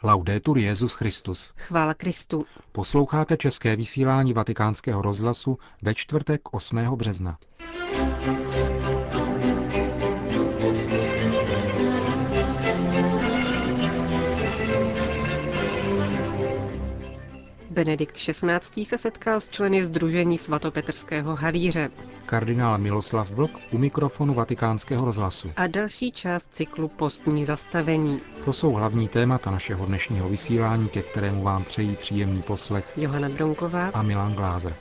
Laudetur Jesus Christus. Chvála Kristu. Posloucháte české vysílání Vatikánského rozhlasu ve čtvrtek 8. března. Benedikt XVI. Se setkal s členy Sdružení svatopetrského halíře. Kardinál Miloslav Vlk u mikrofonu Vatikánského rozhlasu. A další část cyklu Postní zastavení. To jsou hlavní témata našeho dnešního vysílání, ke kterému vám přejí příjemný poslech Johana Bronková a Milan Glázer.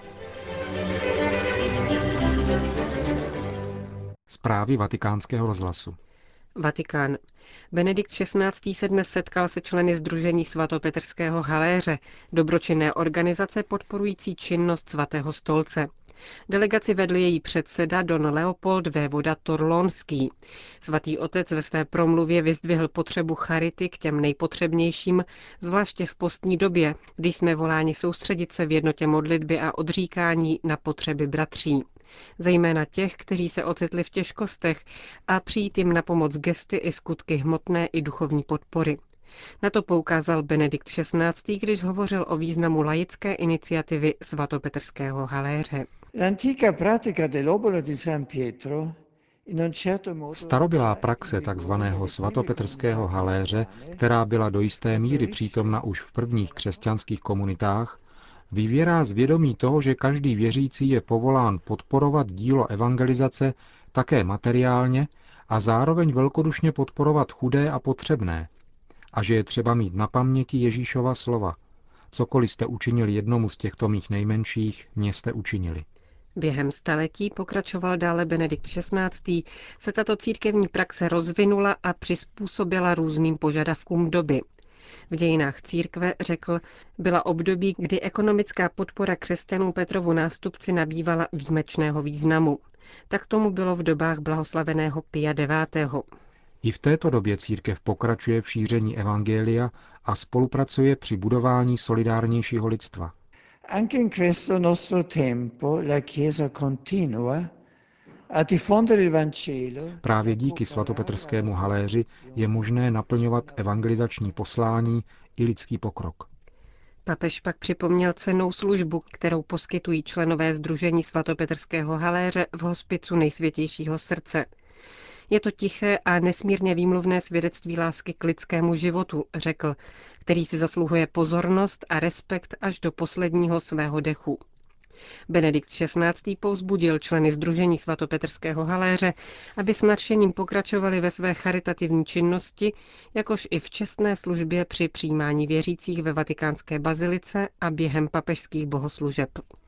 Zprávy Vatikánského rozhlasu. Vatikán. Benedikt XVI. Se dnes setkal se členy Sdružení svatopetrského haléře, dobročinné organizace podporující činnost svatého stolce. Delegaci vedl její předseda don Leopold vévoda Torlónský. Svatý otec ve své promluvě vyzdvihl potřebu charity k těm nejpotřebnějším, zvláště v postní době, kdy jsme voláni soustředit se v jednotě modlitby a odříkání na potřeby bratří. Zejména těch, kteří se ocitli v těžkostech, a přijít jim na pomoc gesty i skutky hmotné i duchovní podpory. Na to poukázal Benedikt XVI., když hovořil o významu laické iniciativy svatopetrského haléře. Starobylá praxe tzv. Svatopetrského haléře, která byla do jisté míry přítomna už v prvních křesťanských komunitách, vyvěrá z vědomí toho, že každý věřící je povolán podporovat dílo evangelizace také materiálně a zároveň velkodušně podporovat chudé a potřebné. A že je třeba mít na paměti Ježíšova slova. Cokoliv jste učinili jednomu z těchto mých nejmenších, mě jste učinili. Během staletí, pokračoval dále Benedikt XVI., se tato církevní praxe rozvinula a přizpůsobila různým požadavkům doby. V dějinách církve, řekl, byla období, kdy ekonomická podpora křesťanů Petrovu nástupci nabývala výjimečného významu. Tak tomu bylo v dobách blahoslaveného Pia IX. I v této době církev pokračuje v šíření evangelia a spolupracuje při budování solidárnějšího lidstva. Anche in questo nostro tempo la Chiesa continua a diffondere il Vangelo. Právě díky svatopetrskému haléři je možné naplňovat evangelizační poslání i lidský pokrok. Papež pak připomněl cennou službu, kterou poskytují členové Sdružení svatopetrského haléře v hospicu Nejsvětějšího srdce. Je to tiché a nesmírně výmluvné svědectví lásky k lidskému životu, řekl, který si zasluhuje pozornost a respekt až do posledního svého dechu. Benedikt XVI. Povzbudil členy Sdružení svatopetrského haléře, aby s nadšením pokračovali ve své charitativní činnosti, jakož i v čestné službě při přijímání věřících ve Vatikánské bazilice a během papežských bohoslužeb.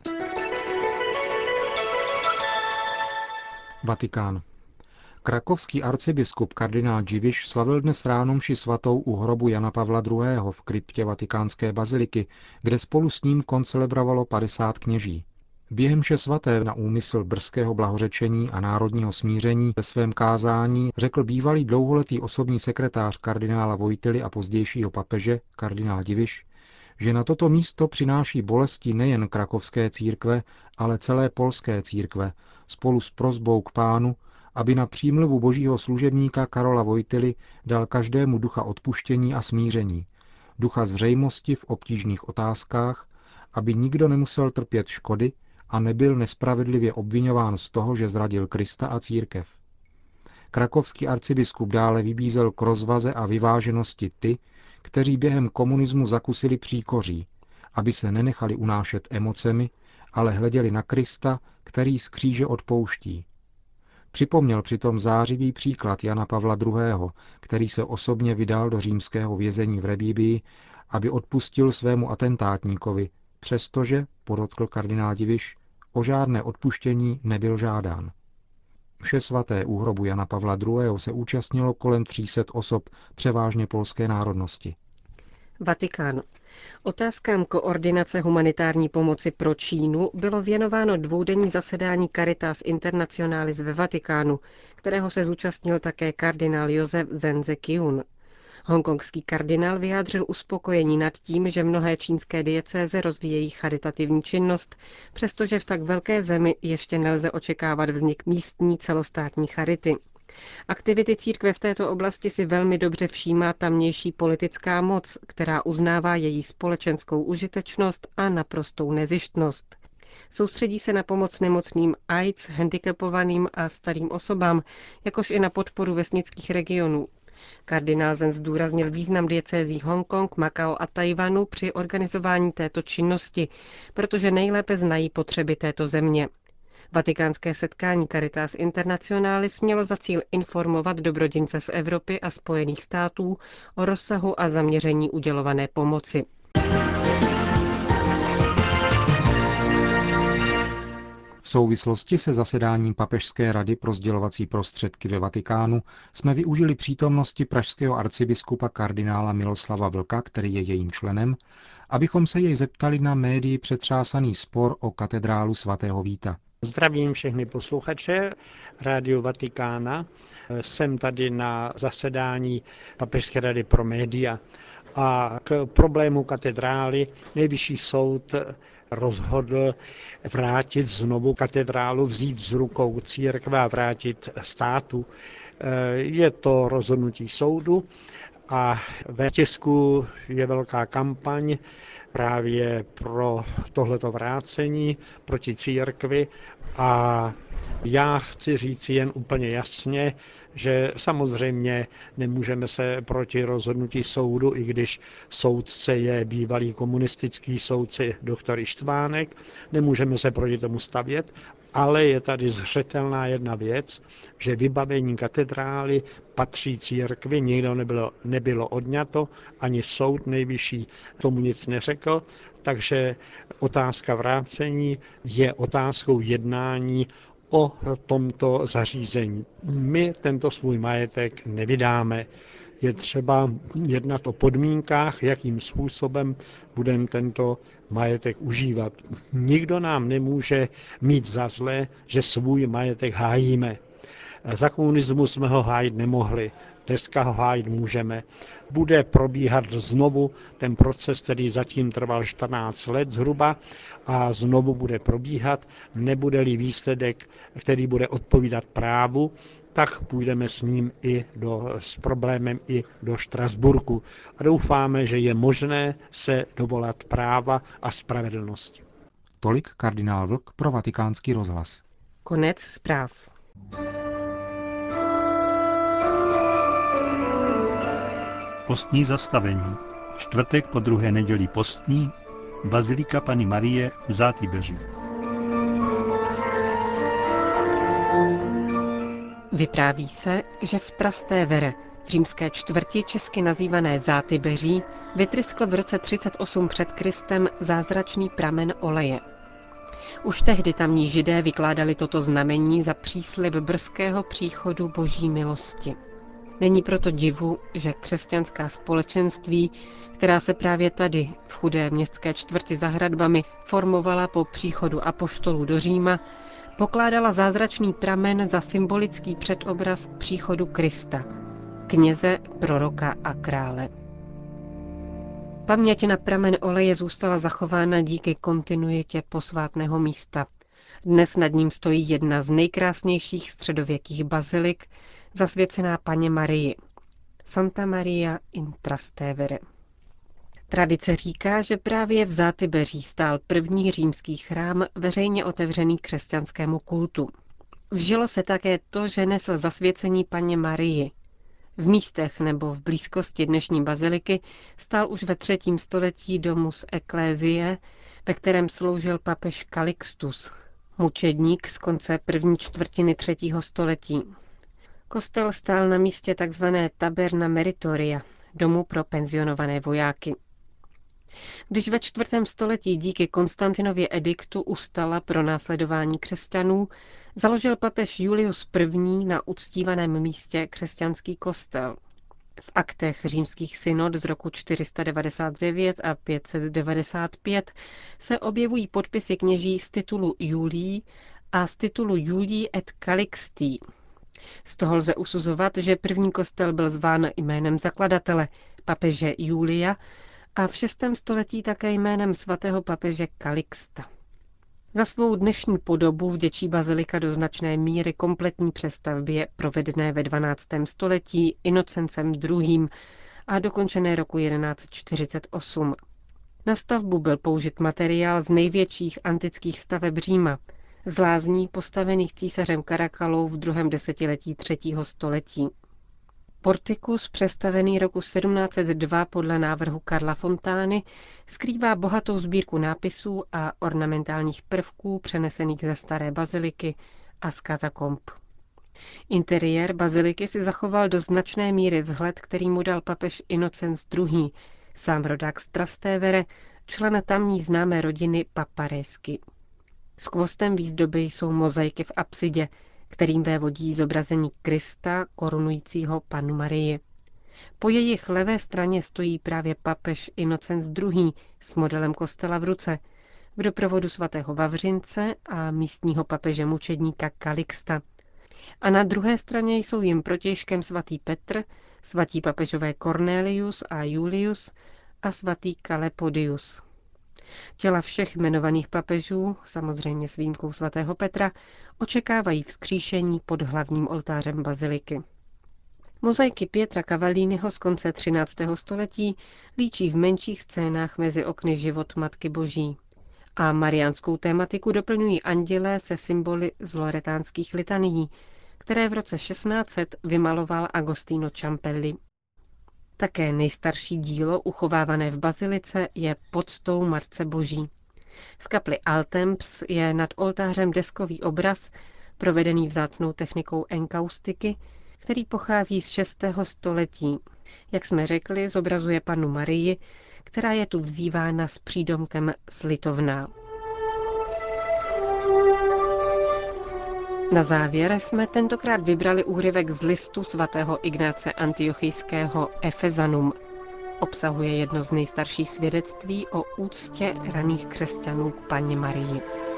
Vatikán. Krakovský arcibiskup kardinál Dziwisz slavil dnes ráno mši svatou u hrobu Jana Pavla II. V kryptě vatikánské baziliky, kde spolu s ním koncelebrovalo 50 kněží. Během mše svaté na úmysl brzkého blahořečení a národního smíření ve svém kázání řekl bývalý dlouholetý osobní sekretář kardinála Wojtyly a pozdějšího papeže, kardinál Dziwisz, že na toto místo přináší bolesti nejen krakovské církve, ale celé polské církve, spolu s prosbou k Pánu, aby na přímluvu božího služebníka Karola Wojtyly dal každému ducha odpuštění a smíření, ducha zřejmosti v obtížných otázkách, aby nikdo nemusel trpět škody a nebyl nespravedlivě obviňován z toho, že zradil Krista a církev. Krakovský arcibiskup dále vybízel k rozvaze a vyváženosti ty, kteří během komunismu zakusili příkoří, aby se nenechali unášet emocemi, ale hleděli na Krista, který z kříže odpouští. Připomněl přitom zářivý příklad Jana Pavla II., který se osobně vydal do římského vězení v Rebíbii, aby odpustil svému atentátníkovi, přestože, podotkl kardinál Dziwisz, o žádné odpuštění nebyl žádán. Mše svaté u hrobu Jana Pavla II. Se účastnilo kolem 300 osob, převážně polské národnosti. Vatikán. Otázkám koordinace humanitární pomoci pro Čínu bylo věnováno dvoudenní zasedání Caritas Internationalis ve Vatikánu, kterého se zúčastnil také kardinál Josef Zenze Kyun. Hongkongský kardinál vyjádřil uspokojení nad tím, že mnohé čínské diecéze rozvíjejí charitativní činnost, přestože v tak velké zemi ještě nelze očekávat vznik místní celostátní charity. Aktivity církve v této oblasti si velmi dobře všímá tamnější politická moc, která uznává její společenskou užitečnost a naprostou nezištnost. Soustředí se na pomoc nemocným AIDS, handicapovaným a starým osobám, jakož i na podporu vesnických regionů. Kardinál Zen zdůraznil význam diecézí Hongkong, Makao a Tajvanu při organizování této činnosti, protože nejlépe znají potřeby této země. Vatikánské setkání Caritas Internationalis mělo za cíl informovat dobrodince z Evropy a Spojených států o rozsahu a zaměření udělované pomoci. V souvislosti se zasedáním Papežské rady pro sdělovací prostředky ve Vatikánu jsme využili přítomnosti pražského arcibiskupa kardinála Miloslava Vlka, který je jejím členem, abychom se jej zeptali na médii přetřásaný spor o katedrálu svatého Víta. Zdravím všechny posluchače Rádio Vatikána. Jsem tady na zasedání Papežské rady pro média a k problému katedrály Nejvyšší soud rozhodl vrátit znovu katedrálu, vzít z rukou církve a vrátit státu. Je to rozhodnutí soudu a ve tisku je velká kampaň právě pro tohleto vrácení proti církvi a já chci říct jen úplně jasně, že samozřejmě nemůžeme se proti rozhodnutí soudu, i když soudce je bývalý komunistický soudce doktor Ištvánek, nemůžeme se proti tomu stavět, ale je tady zřetelná jedna věc, že vybavení katedrály patří církvi, nikdo nebylo odňato, ani soud nejvyšší tomu nic neřekl, takže otázka vrácení je otázkou jednání o tomto zařízení. My tento svůj majetek nevydáme. Je třeba jednat o podmínkách, jakým způsobem budeme tento majetek užívat. Nikdo nám nemůže mít za zlé, že svůj majetek hájíme. Za komunismu jsme ho hájit nemohli. Dneska ho hájit můžeme. Bude probíhat znovu ten proces, který zatím trval 14 let zhruba a znovu bude probíhat. Nebude-li výsledek, který bude odpovídat právu, tak půjdeme s problémem i do Štrasburku. A doufáme, že je možné se dovolat práva a spravedlnosti. Tolik kardinál Vlk pro Vatikánský rozhlas. Konec zpráv. Postní zastavení. Čtvrtek po druhé neděli postní, Bazilika Panny Marie v Zátybeří. Vypráví se, že v Trastevere, v římské čtvrti česky nazývané Zátybeří, vytryskl v roce 38 před Kristem zázračný pramen oleje. Už tehdy tamní Židé vykládali toto znamení za příslib brzkého příchodu Boží milosti. Není proto divu, že křesťanská společenství, která se právě tady, v chudé městské čtvrti za hradbami, formovala po příchodu apoštolů do Říma, pokládala zázračný pramen za symbolický předobraz příchodu Krista, kněze, proroka a krále. Paměť na pramen oleje zůstala zachována díky kontinuitě posvátného místa. Dnes nad ním stojí jedna z nejkrásnějších středověkých bazilik, zasvěcená Panně Marii, Santa Maria in Trastevere. Tradice říká, že právě v Zátybeří stál první římský chrám veřejně otevřený křesťanskému kultu. Vžilo se také to, že nesl zasvěcení Panně Marii. V místech nebo v blízkosti dnešní baziliky stál už ve 3. století domus Ecclesiae, ve kterém sloužil papež Calixtus, mučedník z konce první čtvrtiny 3. století. Kostel stál na místě tzv. Taberna Meritoria, domu pro penzionované vojáky. Když ve 4. století díky Konstantinově ediktu ustala pronásledování křesťanů, založil papež Julius I. na uctívaném místě křesťanský kostel. V aktech římských synod z roku 499 a 595 se objevují podpisy kněží z titulu Julii a z titulu Julii et Calixti. Z toho lze usuzovat, že první kostel byl zván jménem zakladatele, papeže Julia, a v 6. století také jménem svatého papeže Calixta. Za svou dnešní podobu vděčí bazilika do značné míry kompletní přestavbě provedené ve 12. století Inocencem II. A dokončené roku 1148. Na stavbu byl použit materiál z největších antických staveb Říma, z lázní postavených císařem Carakalou v 2. desetiletí 3. století. Portikus, přestavený roku 1702 podle návrhu Karla Fontány, skrývá bohatou sbírku nápisů a ornamentálních prvků přenesených ze staré baziliky a z katakomb. Interiér baziliky si zachoval do značné míry vzhled, který mu dal papež Inocenc II., sám rodák z Trastevere, člena tamní známé rodiny Paparesky. Skvostem výzdoby jsou mozaiky v apsidě, kterým vévodí zobrazení Krista korunujícího Pannu Marii. Po jejich levé straně stojí právě papež Inocenc II. S modelem kostela v ruce, v doprovodu svatého Vavřince a místního papeže mučedníka Kalixta. A na druhé straně jsou jim protějškem svatý Petr, svatí papežové Cornelius a Julius a svatý Kalepodius. Těla všech jmenovaných papežů, samozřejmě s výjimkou svatého Petra, očekávají vzkříšení pod hlavním oltářem baziliky. Mozaiky Pietra Cavalliniho z konce 13. století líčí v menších scénách mezi okny život Matky Boží. A mariánskou tématiku doplňují andělé se symboly z loretánských litanií, které v roce 1600 vymaloval Agostino Ciampelli. Také nejstarší dílo uchovávané v bazilice je Poctou Matce Boží. V kapli Altemps je nad oltářem deskový obraz, provedený vzácnou technikou enkaustiky, který pochází z 6. století. Jak jsme řekli, zobrazuje Pannu Marii, která je tu vzývána s přídomkem slitovná. Na závěr jsme tentokrát vybrali úryvek z listu svatého Ignáce Antiochijského Efezanum. Obsahuje jedno z nejstarších svědectví o úctě raných křesťanů k Panně Marii.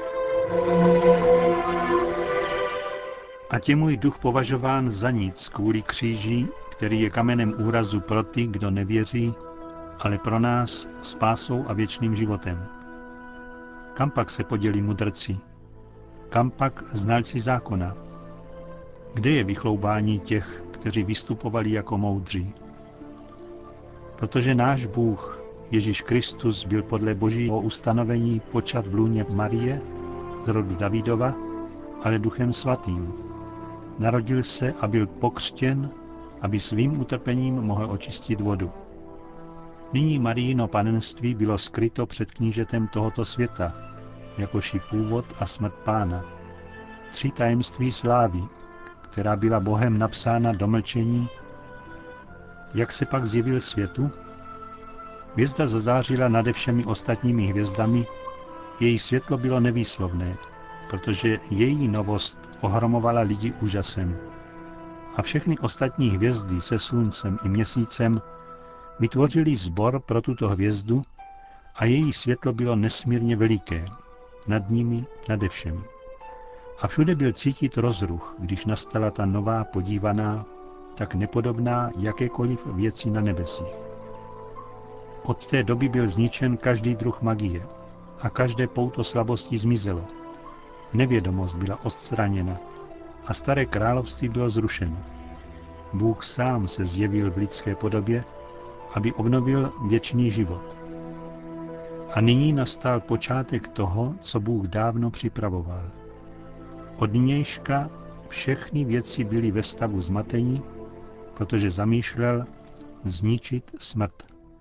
Ať je můj duch považován za nic kvůli kříži, který je kamenem úrazu pro ty, kdo nevěří, ale pro nás spásou a věčným životem. Kam pak se podělí mudrci? Kam pak znalci zákona? Kde je vychloubání těch, kteří vystupovali jako moudří? Protože náš Bůh, Ježíš Kristus, byl podle Božího ustanovení počat v lůně Marie, z rodu Davidova, ale Duchem Svatým. Narodil se a byl pokřtěn, aby svým utrpením mohl očistit vodu. Nyní Marijino panenství bylo skryto před knížetem tohoto světa, jakož i původ a smrt Pána. 3 tajemství slávy, která byla Bohem napsána do mlčení. Jak se pak zjevil světu? Hvězda zazářila nade všemi ostatními hvězdami, její světlo bylo nevýslovné, protože její novost ohromovala lidi úžasem. A všechny ostatní hvězdy se sluncem i měsícem vytvořili sbor pro tuto hvězdu a její světlo bylo nesmírně veliké, nad nimi, nade všemi. A všude byl cítit rozruch, když nastala ta nová podívaná, tak nepodobná jakékoliv věci na nebesích. Od té doby byl zničen každý druh magie a každé pouto slabosti zmizelo. Nevědomost byla odstraněna a staré království bylo zrušeno. Bůh sám se zjevil v lidské podobě, aby obnovil věčný život. A nyní nastal počátek toho, co Bůh dávno připravoval. Od nynějška všechny věci byly ve stavu zmatení, protože zamýšlel zničit smrt.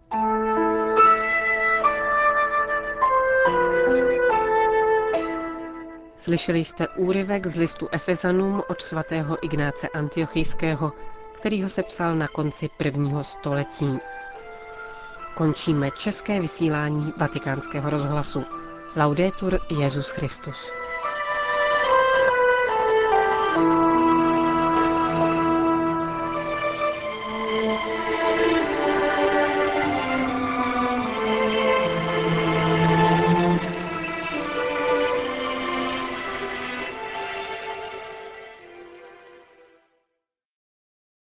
Slyšeli jste úryvek z listu Efezanům od svatého Ignáce Antiochijského, který ho sepsal na konci 1. století. Končíme české vysílání Vatikánského rozhlasu. Laudetur Jesus Christus.